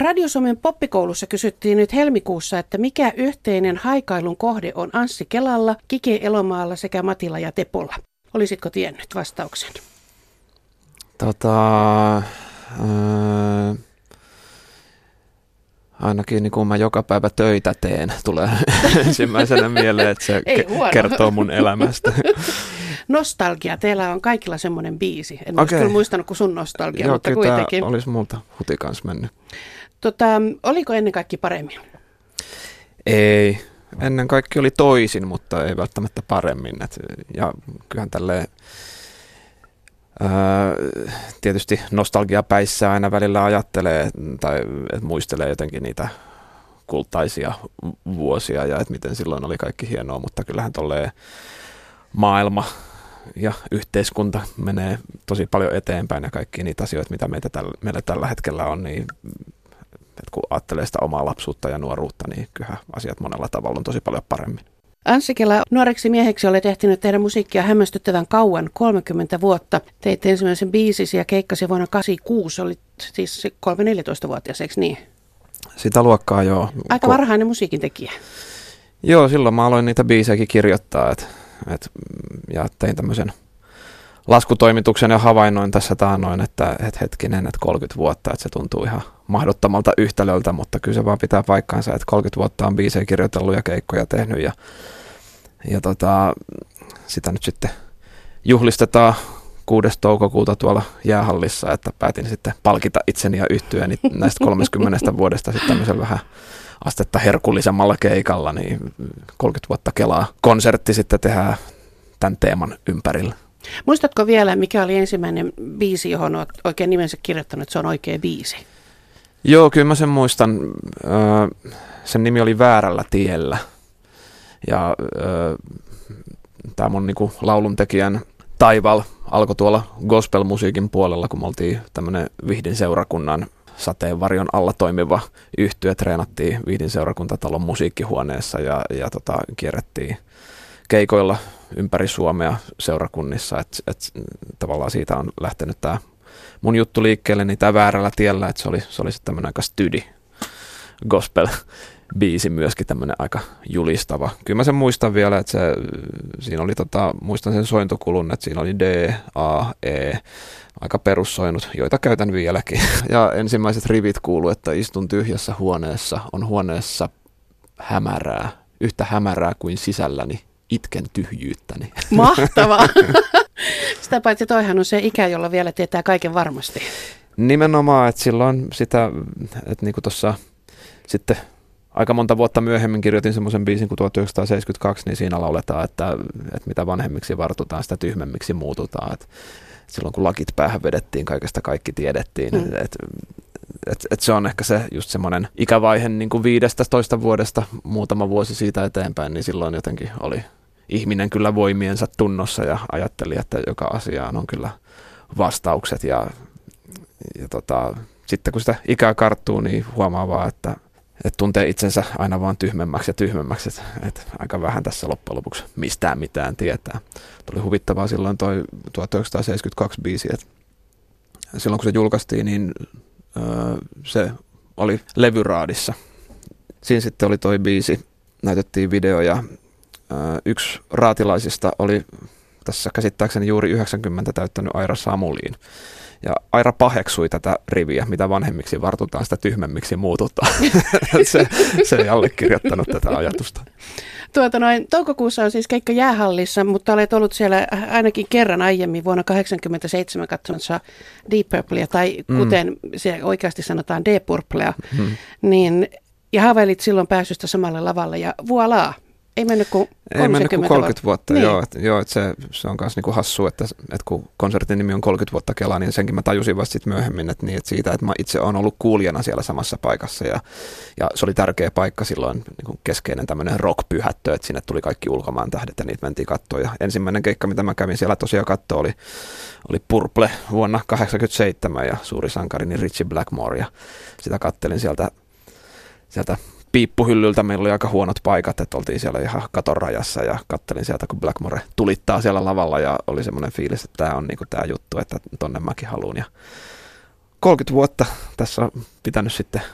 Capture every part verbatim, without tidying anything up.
Radio Suomen poppikoulussa kysyttiin nyt helmikuussa, että mikä yhteinen haikailun kohde on Anssi Kelalla, Kike Elomaalla sekä Matilla ja Tepolla. Olisitko tiennyt vastauksen? Tota, äh, ainakin niin kun mä joka päivä töitä teen, tulee ensimmäisenä mieleen, että se ke- kertoo mun elämästä. Nostalgia. Teillä on kaikilla semmoinen biisi. En okay. Kyllä muistanut kuin sun nostalgia, Joo, mutta kuitenkin. Joo, olisi multa huti kanssa mennyt. Tota, oliko ennen kaikki paremmin? Ei. Ennen kaikki oli toisin, mutta ei välttämättä paremmin. Et, ja kyllähän tälleen ää, tietysti nostalgiapäissä aina välillä ajattelee tai et muistelee jotenkin niitä kultaisia vuosia ja että miten silloin oli kaikki hienoa, mutta kyllähän tolleen maailma ja yhteiskunta menee tosi paljon eteenpäin ja kaikki niitä asioita, mitä meitä täl, meillä tällä hetkellä on, niin että kun ajattelee sitä omaa lapsuutta ja nuoruutta, niin kyllähän asiat monella tavalla on tosi paljon paremmin. Anssi Kela, nuoreksi mieheksi olet ehtinyt tehdä musiikkia hämmästyttävän kauan, kolmekymmentä vuotta. Teit ensimmäisen biisisi ja keikkasi vuonna kahdeksankymmentäkuusi, olit siis kolme neljätoista-vuotias, eikö niin? Sitä luokkaa, joo. Aika varhainen musiikin tekijä. Joo, silloin mä aloin niitä biisejäkin kirjoittaa, et, et, ja tein tämmöisen laskutoimituksen ja havainnoin tässä taannoin, että et hetkinen, että kolmekymmentä vuotta, että se tuntuu ihan mahdottomalta yhtälöltä, mutta kyllä se vaan pitää paikkaansa, että kolmekymmentä vuotta on biisejä kirjoitellut ja keikkoja tehnyt ja, ja tota, sitä nyt sitten juhlistetaan kuudes toukokuuta tuolla jäähallissa, että päätin sitten palkita itseni ja yhtyeeni näistä kolmekymmentä vuodesta sitten tämmöisellä vähän astetta herkullisemmalla keikalla, niin kolmekymmentä vuotta Kelaa konsertti sitten tehdään tämän teeman ympärillä. Muistatko vielä, mikä oli ensimmäinen biisi, johon olet oikein nimensä kirjoittanut, että se on oikea biisi? Joo, kyllä mä sen muistan. Sen nimi oli Väärällä tiellä. Ja tämä mun niinku lauluntekijän taival alkoi tuolla gospel-musiikin puolella, kun me oltiin tämmöinen Vihdin seurakunnan sateenvarjon alla toimiva yhtye. Treenattiin Vihdin seurakuntatalon musiikkihuoneessa ja, ja tota, kierrettiin keikoilla ympäri Suomea seurakunnissa, että et, tavallaan siitä on lähtenyt tämä mun juttu liikkeelle, niin tämä Väärällä tiellä, että se oli, se oli sitten tämmöinen aika stydi gospel-biisi myöskin tämmöinen aika julistava. Kyllä mä sen muistan vielä, että se, siinä oli, tota, muistan sen sointokulun, että siinä oli D, A, E, aika perussoinut, joita käytän vieläkin. Ja ensimmäiset rivit kuuluu, että istun tyhjässä huoneessa, on huoneessa hämärää, yhtä hämärää kuin sisälläni. Itken tyhjyyttäni. Mahtavaa. Sitä paitsi toihan on se ikä, jolla vielä tietää kaiken varmasti. Nimenomaan, että silloin sitä, että niin kuin tuossa sitten aika monta vuotta myöhemmin kirjoitin semmoisen biisin kuin tuhatyhdeksänsataaseitsemänkymmentäkaksi, niin siinä lauletaan, että, että mitä vanhemmiksi vartutaan, sitä tyhmemmiksi muututaan. Että silloin kun lakit päähän vedettiin, kaikesta kaikki tiedettiin. Mm. Että et, et se on ehkä se just semmoinen ikävaihe niin kuin viidestätoista vuodesta muutama vuosi siitä eteenpäin, niin silloin jotenkin oli ihminen kyllä voimiensa tunnossa ja ajatteli, että joka asiaan on kyllä vastaukset. Ja, ja tota, sitten kun sitä ikää karttuu, niin huomaa vaan, että, että tuntee itsensä aina vaan tyhmemmäksi ja tyhmemmäksi. Että, että aika vähän tässä loppujen lopuksi mistään mitään tietää. Tuli huvittavaa silloin toi tuhatyhdeksänsataaseitsemänkymmentäkaksi biisi, että silloin kun se julkaistiin, niin öö, se oli levyraadissa. Siinä sitten oli toi biisi, näytettiin video ja öö, yksi raatilaisista oli tässä käsittääkseni juuri yhdeksänkymmentä täyttänyt Aira Samuliin. Ja Aira paheksui tätä riviä, mitä vanhemmiksi vartutaan, sitä tyhmemmiksi muututaan. se, se ei allekirjoittanut tätä ajatusta. Tuota noin, toukokuussa on siis keikka Jäähallissa, mutta olet ollut siellä ainakin kerran aiemmin vuonna tuhatyhdeksänsataakahdeksankymmentäseitsemän katsomassa Deep Purplea, tai kuten mm. se oikeasti sanotaan Deep Purplea, mm. niin, ja haaveilit silloin pääsystä samalle lavalle, ja voilaa. Ei mennyt kuin kolmekymmentä, Ei mennyt kuin kolmekymmentä vuotta, niin. joo. Et, joo et se, se on myös niinku hassua, että, että kun konsertin nimi on kolmekymmentä vuotta Kelaa, niin senkin mä tajusin vasta sit myöhemmin, että, niin, että siitä, että mä itse olen ollut kuulijana siellä samassa paikassa. Ja, ja se oli tärkeä paikka silloin, niin keskeinen tämmöinen rock-pyhättö, että sinne tuli kaikki ulkomaan tähdet ja niitä mentiin katsoa. Ja ensimmäinen keikka, mitä mä kävin siellä tosiaan katsoa, oli, oli Purple vuonna kahdeksankymmentäseitsemän ja suuri sankarini Ritchie Blackmore. Ja sitä kattelin sieltä, sieltä piippuhyllyltä. Meillä oli aika huonot paikat, että oltiin siellä ihan katon rajassa ja kattelin sieltä, kun Blackmore tulittaa siellä lavalla ja oli semmoinen fiilis, että tämä on niinku tämä juttu, että tonne mäkin haluun. Ja kolmekymmentä vuotta tässä on pitänyt sitten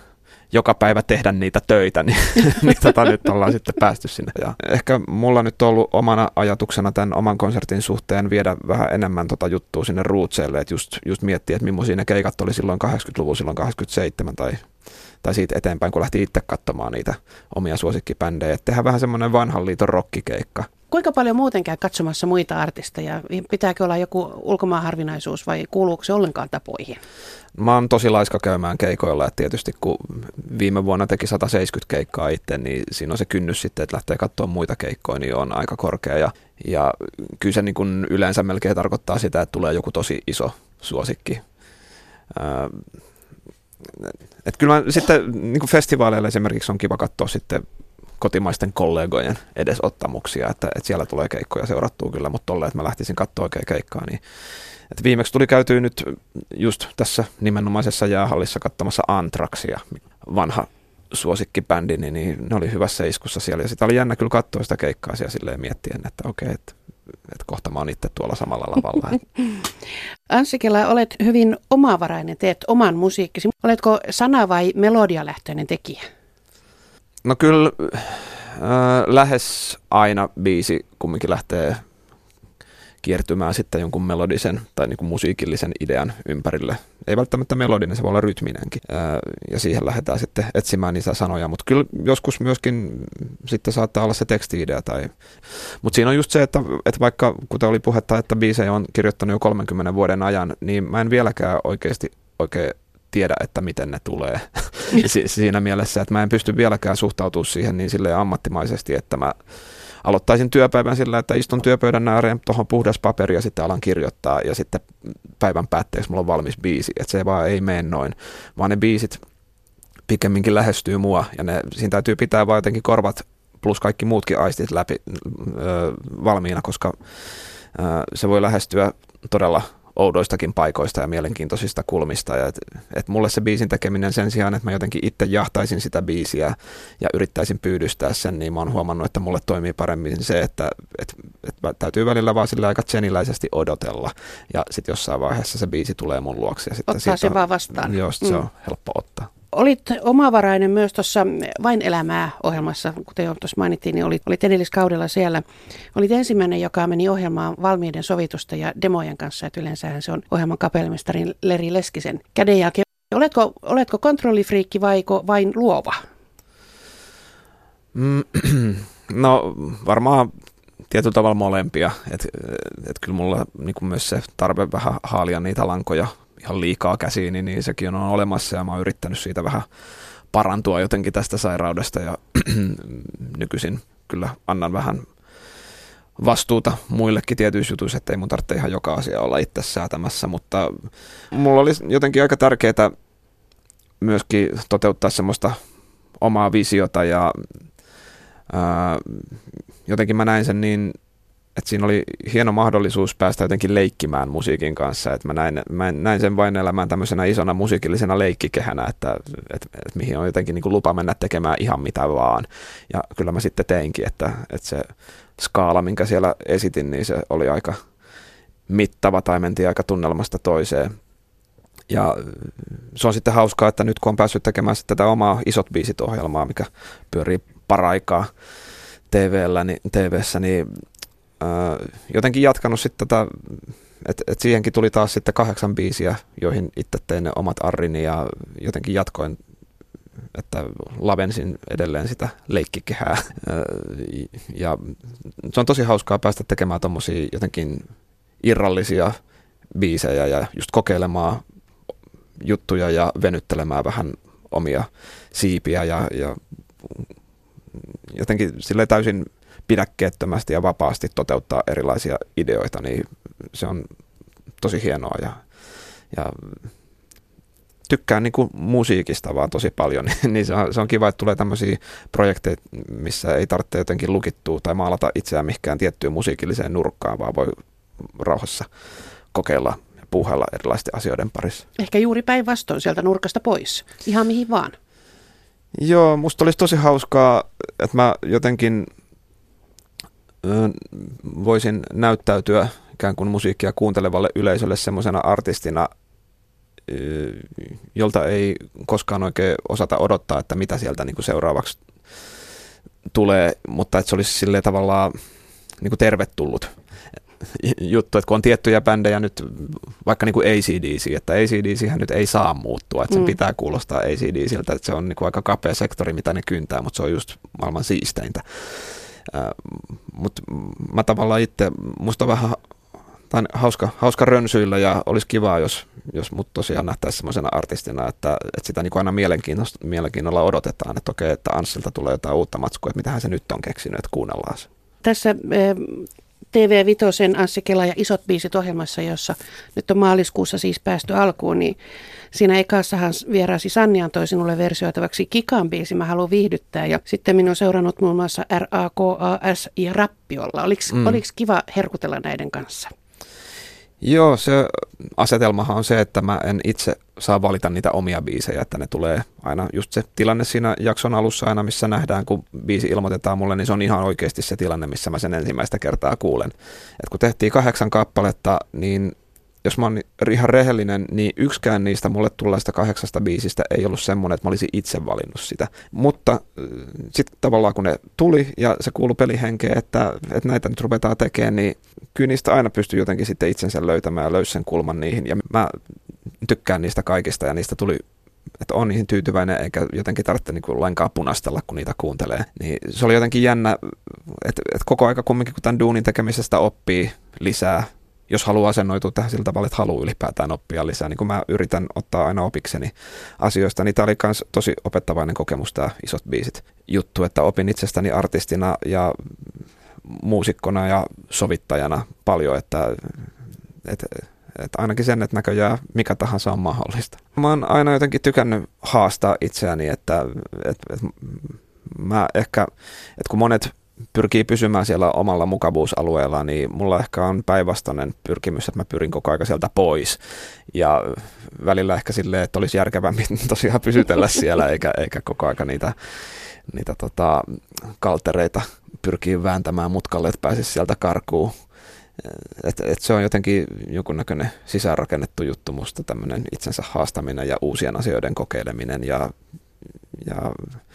joka päivä tehdä niitä töitä, niin, niin tota, nyt ollaan sitten päästy sinne. Ja ehkä mulla nyt on ollut omana ajatuksena tämän oman konsertin suhteen viedä vähän enemmän tota juttua sinne rootseille, että just, just miettiä, että millaisia ne keikat oli silloin kahdeksankymmentäluvulla, silloin kahdeksankymmentäseitsemän tai, tai siitä eteenpäin, kun lähti itse katsomaan niitä omia suosikkibändejä. Että tehdään vähän semmoinen vanhan liiton rockikeikka. Kuinka paljon muuten käy katsomassa muita artisteja? Pitääkö olla joku ulkomaan harvinaisuus vai kuuluuko se ollenkaan tapoihin? Mä oon tosi laiska käymään keikoilla, että tietysti kun viime vuonna teki sata seitsemänkymmentä keikkaa itse, niin siinä on se kynnys sitten, että lähtee katsomaan muita keikkoja, niin on aika korkea. Ja, ja kyllä se niin kuin yleensä melkein tarkoittaa sitä, että tulee joku tosi iso suosikki. Ää, et kyllä mä, sitten niin kuin festivaaleilla esimerkiksi on kiva katsoa sitten kotimaisten kollegojen edesottamuksia, että, että siellä tulee keikkoja seurattua kyllä, mutta tolleen, että mä lähtisin katsoa oikein keikkaa, niin että viimeksi tuli käytyä nyt just tässä nimenomaisessa jäähallissa katsomassa Anthraxia, vanha suosikkibändi, niin, niin ne oli hyvässä iskussa siellä. Ja sitä oli jännä kyllä katsoa sitä keikkaa siellä silleen miettien, että okei, että, että kohta mä oon itse tuolla samalla lavalla. Anssi Kela, olet hyvin omavarainen, teet oman musiikkisi. Oletko sana- vai melodialähtöinen tekijä? No kyllä äh, lähes aina biisi kumminkin lähtee kiertymään sitten jonkun melodisen tai niin kuin musiikillisen idean ympärille. Ei välttämättä melodinen, se voi olla rytminenkin. Ää, ja siihen lähdetään sitten etsimään niitä sanoja, mutta kyllä joskus myöskin sitten saattaa olla se teksti-idea. Tai... Mutta siinä on just se, että, että vaikka kuten oli puhetta, että biisejä on kirjoittanut jo kolmenkymmenen vuoden ajan, niin mä en vieläkään oikeasti oikein tiedä, että miten ne tulee. si- siinä mielessä, että mä en pysty vieläkään suhtautumaan siihen niin silleen ammattimaisesti, että mä aloittaisin työpäivän sillä, että istun työpöydän ääreen, tuohon puhdas paperi ja sitten alan kirjoittaa ja sitten päivän päätteeksi mulla on valmis biisi. Että se vaan ei mene noin, vaan ne biisit pikemminkin lähestyy mua ja ne, siinä täytyy pitää vaan jotenkin korvat plus kaikki muutkin aistit läpi ö, valmiina, koska ö, se voi lähestyä todella oudoistakin paikoista ja mielenkiintoisista kulmista. Ja et, et mulle se biisin tekeminen sen sijaan, että mä jotenkin itse jahtaisin sitä biisiä ja yrittäisin pyydystää sen, niin mä oon huomannut, että mulle toimii paremmin se, että et, et täytyy välillä vaan sillä aika tseniläisesti odotella. Ja sitten jossain vaiheessa se biisi tulee mun luokse. Ja sitten ottaa se on, vaan vastaan. Joo, se mm. on helppo ottaa. Olit omavarainen myös tuossa Vain elämää -ohjelmassa, kuten jo tuossa mainittiin, niin olit, olit edelliskaudella siellä. Olit ensimmäinen, joka meni ohjelmaan valmiiden sovitusta ja demojen kanssa, että yleensähän se on ohjelman kapellimestarin Leri Leskisen kädenjälkeen. Oletko, oletko kontrollifriikki vai vain luova? No varmaan tietyllä tavalla molempia, että et kyllä mulla niin kuin myös se tarve vähän haalia niitä lankoja ihan liikaa käsiin, niin sekin on olemassa ja mä oon yrittänyt siitä vähän parantua jotenkin tästä sairaudesta ja nykyisin kyllä annan vähän vastuuta muillekin tietyissä jutuissa, että ei mun tarvitse ihan joka asia olla itse säätämässä, mutta mulla oli jotenkin aika tärkeää myöskin toteuttaa semmoista omaa visiota ja ää, jotenkin mä näin sen niin, että siinä oli hieno mahdollisuus päästä jotenkin leikkimään musiikin kanssa, että mä näin, mä näin sen Vain elämään tämmöisenä isona musiikillisena leikkikehänä, että, että, että mihin on jotenkin niin kuin lupa mennä tekemään ihan mitä vaan. Ja kyllä mä sitten teinkin, että, että se skaala, minkä siellä esitin, niin se oli aika mittava tai mentiin aika tunnelmasta toiseen. Ja se on sitten hauskaa, että nyt kun on päässyt tekemään tätä omaa Isot biisit -ohjelmaa, mikä pyörii paraikaa T V:llä, niin, T V:ssä, niin jotenkin jatkanut sitten tätä, että et siihenkin tuli taas sitten kahdeksan biisiä, joihin itse tein ne omat arrini ja jotenkin jatkoin, että lavensin edelleen sitä leikkikehää. Ja se on tosi hauskaa päästä tekemään tommosia jotenkin irrallisia biisejä ja just kokeilemaan juttuja ja venyttelemään vähän omia siipiä ja, ja jotenkin silleen täysin pidäkkeettömästi ja vapaasti toteuttaa erilaisia ideoita, niin se on tosi hienoa ja, ja tykkään niin kuin musiikista vaan tosi paljon, niin se on, se on kiva, että tulee tämmöisiä projekteja, missä ei tarvitse jotenkin lukittua tai maalata itseään mihinkään tiettyyn musiikilliseen nurkkaan, vaan voi rauhassa kokeilla ja puuhailla erilaisten asioiden parissa. Ehkä juuri päinvastoin sieltä nurkasta pois, ihan mihin vaan. Joo, musta olisi tosi hauskaa, että mä jotenkin voisin näyttäytyä ikään kuin musiikkia kuuntelevalle yleisölle semmoisena artistina, jolta ei koskaan oikein osata odottaa, että mitä sieltä niin kuin seuraavaksi tulee, mutta että se olisi silleen tavallaan niin kuin tervetullut juttu, että kun on tiettyjä bändejä nyt, vaikka niin kuin A C D C, että A C D Chän nyt ei saa muuttua, että sen mm. pitää kuulostaa A C D C:ltä, että se on niin kuin aika kapea sektori, mitä ne kyntää, mutta se on just maailman siisteintä. Äh, mutta mä tavallaan itse, musta on vähän tai hauska, hauska rönsyillä ja olisi kivaa, jos, jos mut tosiaan nähtäisi semmoisena artistina, että, että sitä niin kuin aina mielenkiinnolla odotetaan, että okei, että Anssilta tulee jotain uutta matskua, että mitähän se nyt on keksinyt, että kuunnellaan se. Tässä T V Vitosen Anssi Kela ja Isot biisit -ohjelmassa, jossa nyt on maaliskuussa siis päästy alkuun, niin siinä ekassahan vieraasi Sanni antoi sinulle versioitavaksi Kikan biisi Mä haluan viihdyttää, ja sitten minun on seurannut muun muassa R A K A S ja Rappiolla. Oliko mm. kiva herkutella näiden kanssa? Joo, se asetelmahan on se, että mä en itse saa valita niitä omia biisejä, että ne tulee aina just se tilanne siinä jakson alussa aina, missä nähdään, kun biisi ilmoitetaan mulle, niin se on ihan oikeasti se tilanne, missä mä sen ensimmäistä kertaa kuulen. Et kun tehtiin kahdeksan kappaletta, niin jos mä oon ihan rehellinen, niin yksikään niistä mulle tulleista kahdeksasta biisistä ei ollut semmoinen, että mä olisin itse valinnut sitä. Mutta sitten tavallaan kun ne tuli ja se kuului pelihenkeen, että, että näitä nyt ruvetaan tekemään, niin kyllä niistä aina pystyy jotenkin sitten itsensä löytämään ja löysi sen kulman niihin. Ja mä tykkään niistä kaikista ja niistä tuli, että on niihin tyytyväinen eikä jotenkin tarvitse niin kuin lainkaan punastella, kun niitä kuuntelee. Niin se oli jotenkin jännä, että, että koko aika kumminkin, kun tämän duunin tekemisestä oppii lisää, jos haluaa asennoitua tähän sillä tavalla, että haluaa ylipäätään oppia lisää, niin kun mä yritän ottaa aina opikseni asioista, niin tämä oli myös tosi opettavainen kokemus, tämä Isot biisit juttu, että opin itsestäni artistina ja muusikkona ja sovittajana paljon, että, että, että ainakin sen, että näköjään mikä tahansa on mahdollista. Mä oon aina jotenkin tykännyt haastaa itseäni, että, että, että mä ehkä, että kun monet pyrkii pysymään siellä omalla mukavuusalueella, niin mulla ehkä on päinvastainen pyrkimys, että mä pyrin koko ajan sieltä pois. Ja välillä ehkä silleen, että olisi järkevämmin tosiaan pysytellä siellä, eikä, eikä koko ajan niitä, niitä tota, kaltereita pyrkii vääntämään mutkalle, että pääsisi sieltä karkuun. Et, et se on jotenkin jonkunnäköinen sisäänrakennettu juttu musta, tämmöinen itsensä haastaminen ja uusien asioiden kokeileminen. Ja, ja,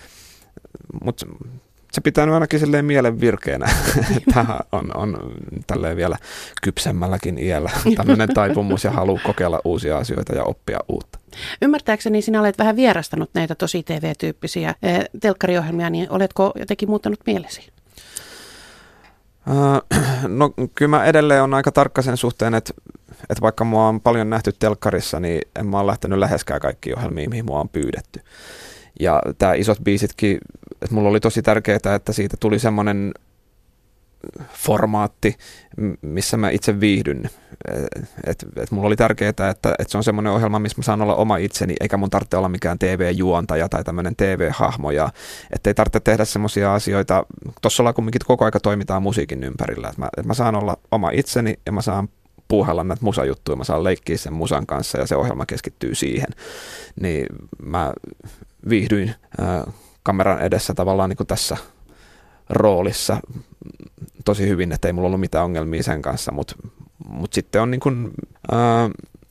mut, se pitää nyt ainakin silleen mielen virkeänä. Tämä on, on tälleen vielä kypsemmälläkin iällä tämmöinen taipumus ja halu kokeilla uusia asioita ja oppia uutta. Ymmärtääkseni sinä olet vähän vierastanut näitä tosi T V-tyyppisiä telkkariohjelmia, niin oletko jotenkin muuttanut mielesi? No kyllä mä edelleen on aika tarkka sen suhteen, että, että vaikka mua on paljon nähty telkkarissa, niin en mä ole lähtenyt läheskään kaikkiin ohjelmiin, mihin mua on pyydetty. Ja tämä Isot biisitkin, että mulla oli tosi tärkeää, että siitä tuli semmoinen formaatti, missä mä itse viihdyn. Et, et mulla oli tärkeää, että, että se on semmoinen ohjelma, missä mä saan olla oma itseni, eikä mun tarvitse olla mikään T V-juontaja tai tämmöinen T V-hahmo. Ja ettei tarvitse tehdä semmoisia asioita, tuossa ollaan kumminkin koko aika toimitaan musiikin ympärillä. Et mä, et mä saan olla oma itseni ja mä saan puuhella näitä musajuttuja, mä saan leikkiä sen musan kanssa ja se ohjelma keskittyy siihen. Niin mä viihdyin ää, kameran edessä tavallaan niin kuin tässä roolissa tosi hyvin, että ei mulla ollut mitään ongelmia sen kanssa, mutta mut sitten on niin kuin, ää,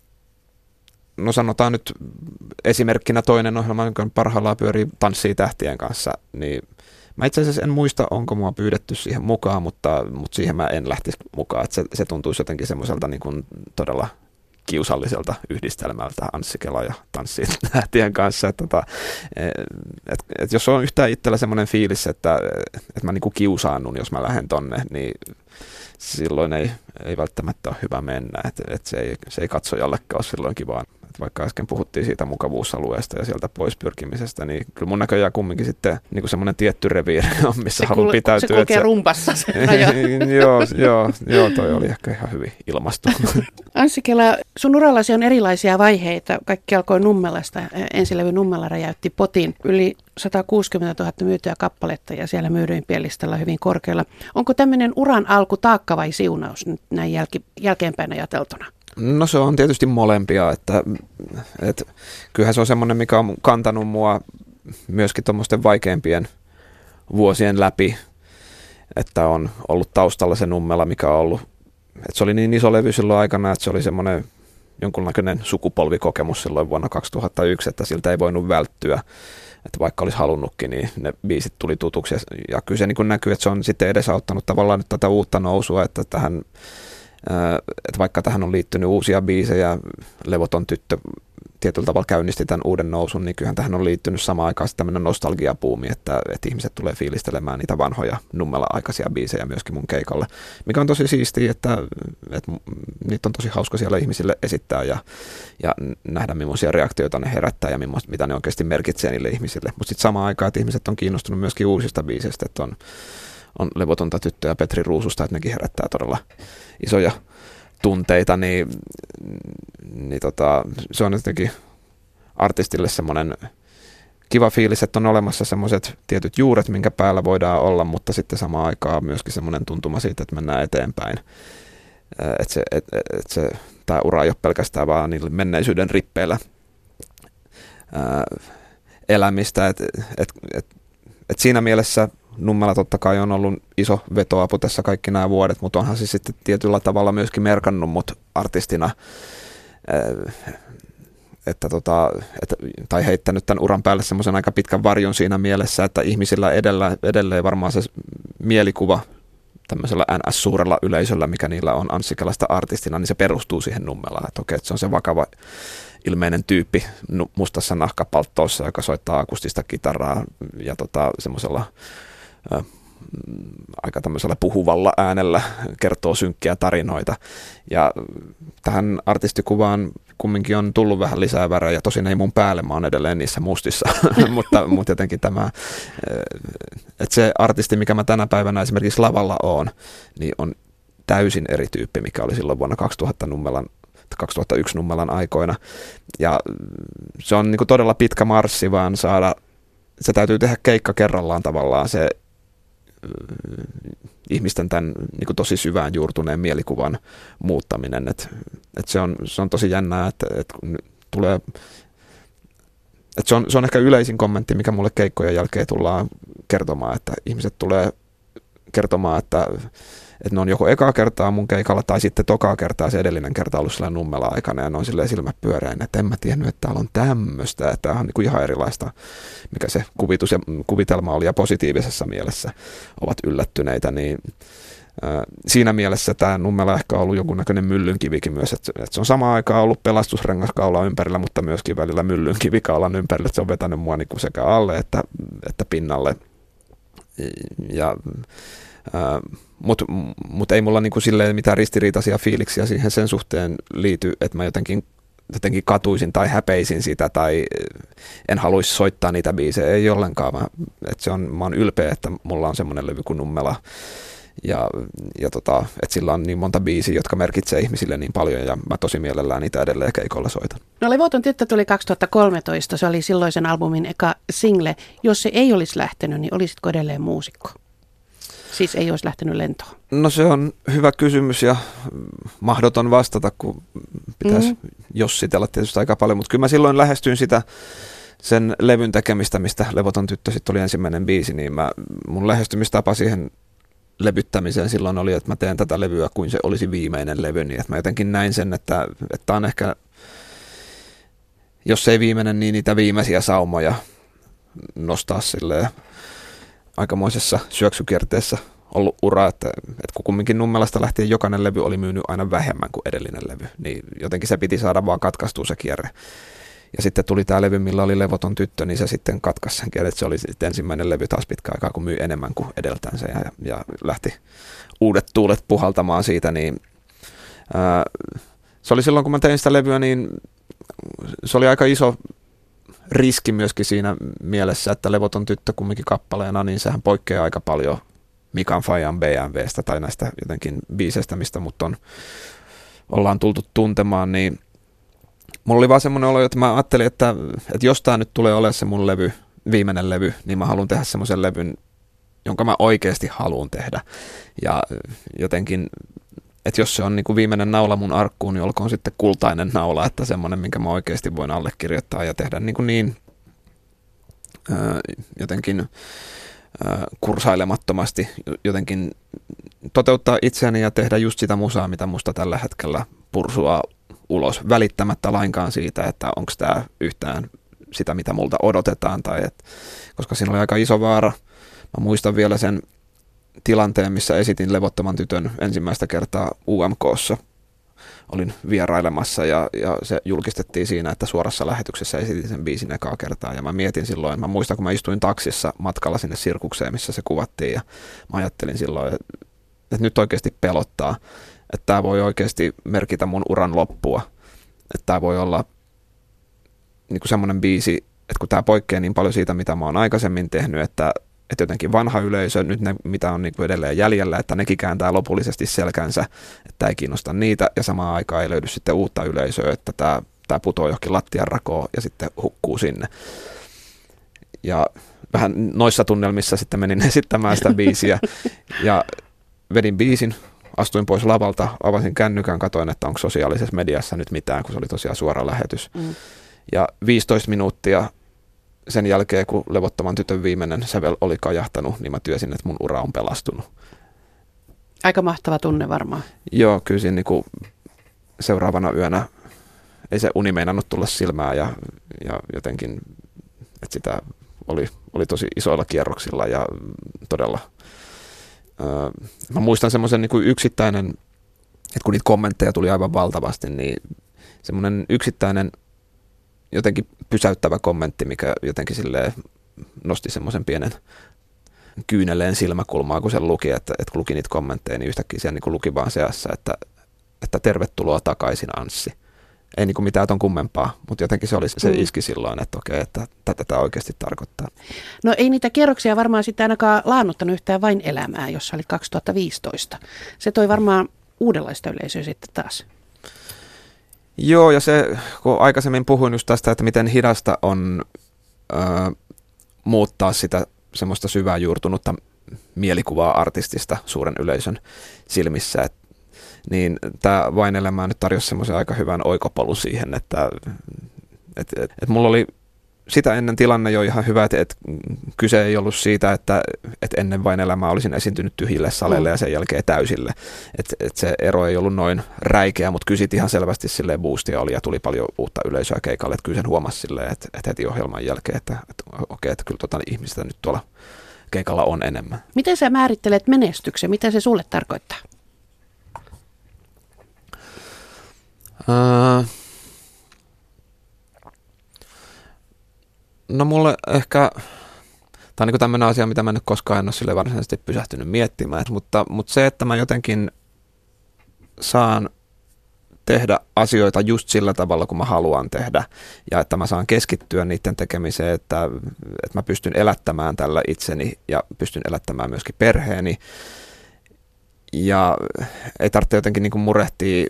no sanotaan nyt esimerkkinä toinen ohjelma, joka parhaillaan pyörii Tanssii tähtien kanssa, niin mä itse asiassa en muista, onko mua pyydetty siihen mukaan, mutta, mutta siihen mä en lähtisi mukaan, että se, se tuntuisi jotenkin semmoiselta niin kuin todella kiusalliselta yhdistelmältä Anssi Kela ja Tanssii tähtien kanssa. Että, että, että, että jos on yhtään itsellä semmoinen fiilis, että, että mä niin kuin kiusaannun, jos mä lähden tonne, niin silloin ei, ei välttämättä ole hyvä mennä. Että, että se, ei, se ei katsojallekaan ole silloin kivaa. Että vaikka äsken puhuttiin siitä mukavuusalueesta ja sieltä pois pyrkimisestä, niin kyllä mun näköjään kumminkin sitten niin kuin semmoinen tietty reviiri on, missä haluan pitäytyä. Se kulkee se, rumpassa se raja. joo, joo, joo, toi oli ehkä ihan hyvin ilmastu. Anssi Kela, sun urallasi on erilaisia vaiheita. Kaikki alkoi Nummelasta. Ensilevy Nummela räjäytti potin. Yli sata kuusikymmentätuhatta myytyä kappaletta ja siellä myydyimpien listalla hyvin korkealla. Onko tämmöinen uran alku taakka vai siunaus nyt näin jälki, jälkeenpäin ajateltuna? No se on tietysti molempia, että, että kyllähän se on semmoinen, mikä on kantanut mua myöskin tuommoisten vaikeimpien vuosien läpi, että on ollut taustalla se Nummela, mikä on ollut, että se oli niin iso levy silloin aikana, että se oli semmoinen jonkunlainen sukupolvikokemus silloin vuonna kaksituhattayksi, että siltä ei voinut välttyä. Että vaikka olisi halunnutkin, niin ne biisit tuli tutuksi. Ja kyllä se niin näkyy, että se on sitten edesauttanut tavallaan nyt tätä uutta nousua, että, tähän, että vaikka tähän on liittynyt uusia biisejä, Levoton tyttö tietyllä tavalla käynnisti tämän uuden nousun, niin kyllähän tähän on liittynyt samaan aikaan tämmöinen nostalgiapuumi, että, että ihmiset tulee fiilistelemään niitä vanhoja Nummela-aikaisia biisejä myöskin mun keikalle, mikä on tosi siistiä, että, että niitä on tosi hauska siellä ihmisille esittää ja, ja nähdä millaisia reaktioita ne herättää ja mitä ne oikeasti merkitsee niille ihmisille. Mutta sitten samaan aikaan, että ihmiset on kiinnostunut myöskin uusista biiseistä, että on, on Levotonta tyttöä ja Petri Ruususta, että nekin herättää todella isoja tunteita, niin, niin tota, se on jotenkin artistille semmoinen kiva fiilis, että on olemassa semmoiset tietyt juuret, minkä päällä voidaan olla, mutta sitten samaan aikaan myöskin semmoinen tuntuma siitä, että mennään eteenpäin. Että se, et, et se, tämä ura ei ole pelkästään vaan niillä menneisyyden rippeillä ää, elämistä. Et, et, et, et siinä mielessä Nummela totta kai on ollut iso vetoapu tässä kaikki nämä vuodet, mutta onhan se sitten tietyllä tavalla myöskin merkannut mut artistina, että tota, että, tai heittänyt tämän uran päälle semmoisen aika pitkän varjon siinä mielessä, että ihmisillä edellä, edelleen varmaan se mielikuva tämmöisellä N S-suurella yleisöllä, mikä niillä on Anssi Kelasta artistina, niin se perustuu siihen Nummelaan, että okei, että se on se vakava ilmeinen tyyppi mustassa nahkapalttoossa, joka soittaa akustista kitaraa ja tota, semmoisella ä, aika tämmöisellä puhuvalla äänellä kertoo synkkiä tarinoita. Ja tähän artistikuvaan kumminkin on tullut vähän lisää värejä, tosin ei mun päälle, mä oon edelleen niissä mustissa, mutta, mutta jotenkin tämä, että se artisti, mikä mä tänä päivänä esimerkiksi lavalla oon, niin on täysin eri tyyppi, mikä oli silloin vuonna kaksituhatta Nummelan kaksituhattayksi Nummelan aikoina. Ja se on niin kuin todella pitkä marssi, vaan saada, se täytyy tehdä keikka kerrallaan tavallaan se ihmisten tämän niin kuin tosi syvään juurtuneen mielikuvan muuttaminen. Et, et se, on, se on tosi jännää, että et tulee, et se, on, se on ehkä yleisin kommentti, mikä mulle keikkojen jälkeen tullaan kertomaan, että ihmiset tulee kertomaan, että että ne on joko ekaa kertaa mun keikalla tai sitten tokaa kertaa se edellinen kerta ollut sillä Nummela-aikana ja ne on silleen silmät pyörein, että en mä tiennyt, että täällä on tämmöistä, että tämä on niin kuin ihan erilaista, mikä se kuvitus ja kuvitelma oli ja positiivisessa mielessä ovat yllättyneitä, niin äh, siinä mielessä tämä Nummela ehkä on ollut jonkunnäköinen myllynkivikin myös, että, että se on samaan aikaan ollut pelastusrengaskaula ympärillä, mutta myöskin välillä myllynkivikaulan ympärillä, että se on vetänyt mua niin kuin sekä alle että, että pinnalle ja äh, Mutta mut ei mulla niinku silleen mitään ristiriitaisia fiiliksiä siihen sen suhteen liity, että mä jotenkin, jotenkin katuisin tai häpeisin sitä tai en haluaisi soittaa niitä biisejä. Ei ollenkaan. Mä, et se on, mä oon ylpeä, että mulla on semmoinen levy kuin Nummela ja, ja tota, että sillä on niin monta biisiä, jotka merkitsee ihmisille niin paljon ja mä tosi mielellään niitä edelleen keikolla soitan. No Levoton tyttö tuli kaksituhattakolmetoista. Se oli silloisen albumin eka single. Jos se ei olisi lähtenyt, niin olisitko edelleen muusikko? Siis ei olisi lähtenyt lentoon? No se on hyvä kysymys ja mahdoton vastata, kun pitäisi mm-hmm. jossitella tietysti aika paljon. Mutta kyllä mä silloin lähestyin sitä sen levyn tekemistä, mistä Levoton tyttö sitten oli ensimmäinen biisi, niin mä, mun lähestymistapa siihen levyttämiseen silloin oli, että mä teen tätä levyä kuin se olisi viimeinen levy, niin että mä jotenkin näin sen, että, että on ehkä, jos ei viimeinen, niin niitä viimeisiä saumoja nostaa silleen aikamoisessa syöksykierteessä ollut ura, että, että kun kumminkin Nummelasta lähtien jokainen levy oli myynyt aina vähemmän kuin edellinen levy, niin jotenkin se piti saada vaan katkaistua se kierre. Ja sitten tuli tämä levy, millä oli Levoton tyttö, niin se sitten katkaisi sen kierre, että se oli sitten ensimmäinen levy taas pitkä aikaa, kun myi enemmän kuin edeltänsä ja, ja lähti uudet tuulet puhaltamaan siitä, niin ää, se oli silloin, kun mä tein sitä levyä, niin se oli aika iso riski myöskin siinä mielessä, että Levoton tyttö kumminkin kappaleena, niin sehän poikkeaa aika paljon Mikan Fajan B M W:stä tai näistä jotenkin biiseistä, mistä mut on, ollaan tultu tuntemaan, niin mulla oli vaan semmoinen olo, että mä ajattelin, että, että jos tää nyt tulee olemaan se mun levy, viimeinen levy, niin mä haluan tehdä semmoisen levyn, jonka mä oikeasti haluan tehdä. Ja jotenkin, että jos se on niin kuin viimeinen naula mun arkkuun, niin olkoon sitten kultainen naula, että semmoinen, minkä mä oikeasti voin allekirjoittaa ja tehdä niin, kuin niin ää, jotenkin ää, kursailemattomasti, jotenkin toteuttaa itseäni ja tehdä just sitä musaa, mitä musta tällä hetkellä pursuaa ulos välittämättä lainkaan siitä, että onko tämä yhtään sitä, mitä multa odotetaan, tai et, koska siinä oli aika iso vaara. Mä muistan vielä sen tilanteen, missä esitin Levottoman tytön ensimmäistä kertaa U M K:ssa. Olin vierailemassa ja, ja se julkistettiin siinä, että suorassa lähetyksessä esitin sen biisin ekaa kertaa. Ja mä mietin silloin, mä muistan, kun mä istuin taksissa matkalla sinne sirkukseen, missä se kuvattiin. Ja mä ajattelin silloin, että, että nyt oikeasti pelottaa, että tämä voi oikeasti merkitä mun uran loppua. Että tämä voi olla niin kuin semmoinen biisi, että kun tämä poikkeaa niin paljon siitä, mitä mä oon aikaisemmin tehnyt, että että jotenkin vanha yleisö, nyt ne, mitä on niin kuin edelleen jäljellä, että nekin kääntää lopullisesti selkänsä, että ei kiinnosta niitä, ja samaan aikaan ei löydy sitten uutta yleisöä, että tämä, tämä putoo johonkin lattian rakoon ja sitten hukkuu sinne. Ja vähän noissa tunnelmissa sitten menin esittämään sitä biisiä, ja vedin biisin, astuin pois lavalta, avasin kännykän, katsoin, että onko sosiaalisessa mediassa nyt mitään, kun se oli tosiaan suora lähetys. Mm. Ja viisitoista minuuttia sen jälkeen, kun Levottoman tytön viimeinen sävel oli kajahtanut, niin mä työsin, että mun ura on pelastunut. Aika mahtava tunne varmaan. Joo, kyllä siinä niin kuin seuraavana yönä ei se uni meinannut tulla silmään ja, ja jotenkin, että sitä oli, oli tosi isoilla kierroksilla ja todella. Öö, mä muistan semmoisen niin kuin yksittäinen, että kun niitä kommentteja tuli aivan valtavasti, niin semmoinen yksittäinen jotenkin pysäyttävä kommentti, mikä jotenkin silleen nosti semmoisen pienen kyyneleen silmäkulmaa, kun sen luki, että, että kun luki niitä kommentteja, niin yhtäkkiä siellä niin luki vaan seassa, että, että tervetuloa takaisin Anssi. Ei niin kuin mitään ton kummempaa, mutta jotenkin se, oli, se mm. iski silloin, että okei, että tätä tämä oikeasti tarkoittaa. No ei niitä kierroksia varmaan sitten ainakaan laannuttanut yhtään Vain elämää, jossa oli kaksituhattaviisitoista. Se toi varmaan uudenlaista yleisöä sitten taas. Joo, ja se, kun aikaisemmin puhuin just tästä, että miten hidasta on ö, muuttaa sitä semmoista syvää juurtunutta mielikuvaa artistista suuren yleisön silmissä, et, niin tämä Vain elämää nyt tarjosi semmoisen aika hyvän oikopolun siihen, että et, et, et mulla oli sitä ennen tilanne jo ihan hyvä, että, että kyse ei ollut siitä, että, että ennen Vain elämää olisin esiintynyt tyhjille saleille ja sen jälkeen täysille. Että, että se ero ei ollut noin räikeä, mutta kyllä ihan selvästi silleen boostia oli ja tuli paljon uutta yleisöä keikalle. Että kyllä sen huomasi silleen, että, että heti ohjelman jälkeen, että, että okei, että kyllä tuota ihmistä nyt tuolla keikalla on enemmän. Miten sä määrittelet menestyksen? Mitä se sulle tarkoittaa? Uh, no mulle ehkä, tämä on niin tämmöinen asia, mitä mä nyt koskaan en ole sille varsinaisesti pysähtynyt miettimään, mutta, mutta se, että mä jotenkin saan tehdä asioita just sillä tavalla, kun mä haluan tehdä, ja että mä saan keskittyä niiden tekemiseen, että, että mä pystyn elättämään tällä itseni ja pystyn elättämään myöskin perheeni, ja ei tarvitse jotenkin niin kuin murehtia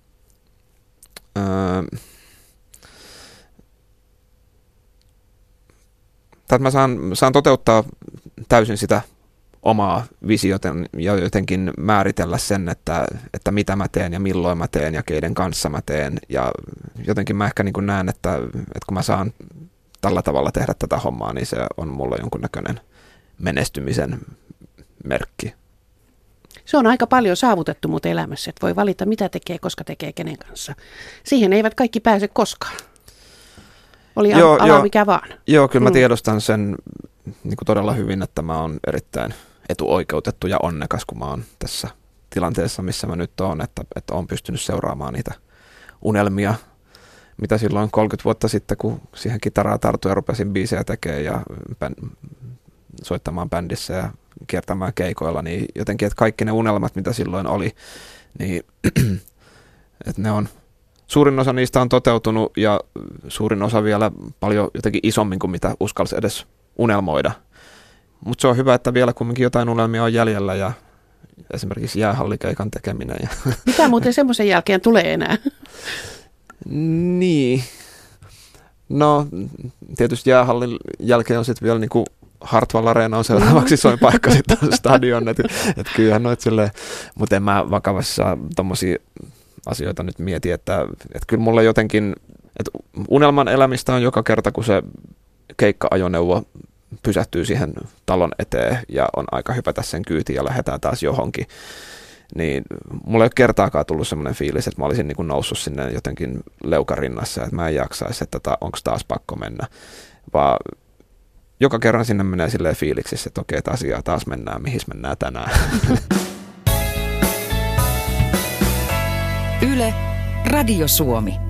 öö, tai että mä saan, saan toteuttaa täysin sitä omaa visiota ja jotenkin määritellä sen, että, että mitä mä teen ja milloin mä teen ja keiden kanssa mä teen. Ja jotenkin mä ehkä niin kuin näen, että, että kun mä saan tällä tavalla tehdä tätä hommaa, niin se on mulla jonkunnäköinen menestymisen merkki. Se on aika paljon saavutettu muuten elämässä, että voi valita mitä tekee, koska tekee kenen kanssa. Siihen eivät kaikki pääse koskaan. Oli joo, ala joo, mikä vaan. Joo, kyllä mä tiedostan sen niin kuin todella hyvin, että mä oon erittäin etuoikeutettu ja onnekas, kun mä oon tässä tilanteessa, missä mä nyt oon, että, että oon pystynyt seuraamaan niitä unelmia, mitä silloin kolmekymmentä vuotta sitten, kun siihen kitaraa tartuin ja rupesin biisejä tekemään ja bän, soittamaan bändissä ja kiertämään keikoilla, niin jotenkin, että kaikki ne unelmat, mitä silloin oli, niin että ne on suurin osa niistä on toteutunut ja suurin osa vielä paljon jotenkin isommin kuin mitä uskalsi edes unelmoida. Mutta se on hyvä, että vielä kumminkin jotain unelmia on jäljellä ja esimerkiksi jäähallikeikan tekeminen. Ja mitä muuten semmoisen jälkeen tulee enää? Niin. No tietysti jäähallin jälkeen on sitten vielä niinku Hartwall Areena on seuraavaksi soin paikka sitten stadion. Että et kyllähän noit silleen, mutta en mä vakavassa tommosia asioita nyt mieti, että, että kyllä mulla jotenkin, että unelman elämistä on joka kerta, kun se keikka-ajoneuvo pysähtyy siihen talon eteen ja on aika hypätä sen kyytiin ja lähdetään taas johonkin. niin mulla ei ole kertaakaan tullut semmoinen fiilis, että mä olisin niin kuin noussut sinne jotenkin leukarinnassa, että mä en jaksaisi, että onko taas pakko mennä, vaan joka kerran sinne menee silleen fiiliksissä, että okei, että asiaa taas mennään, mihin mennään tänään. Yle, Radio Suomi.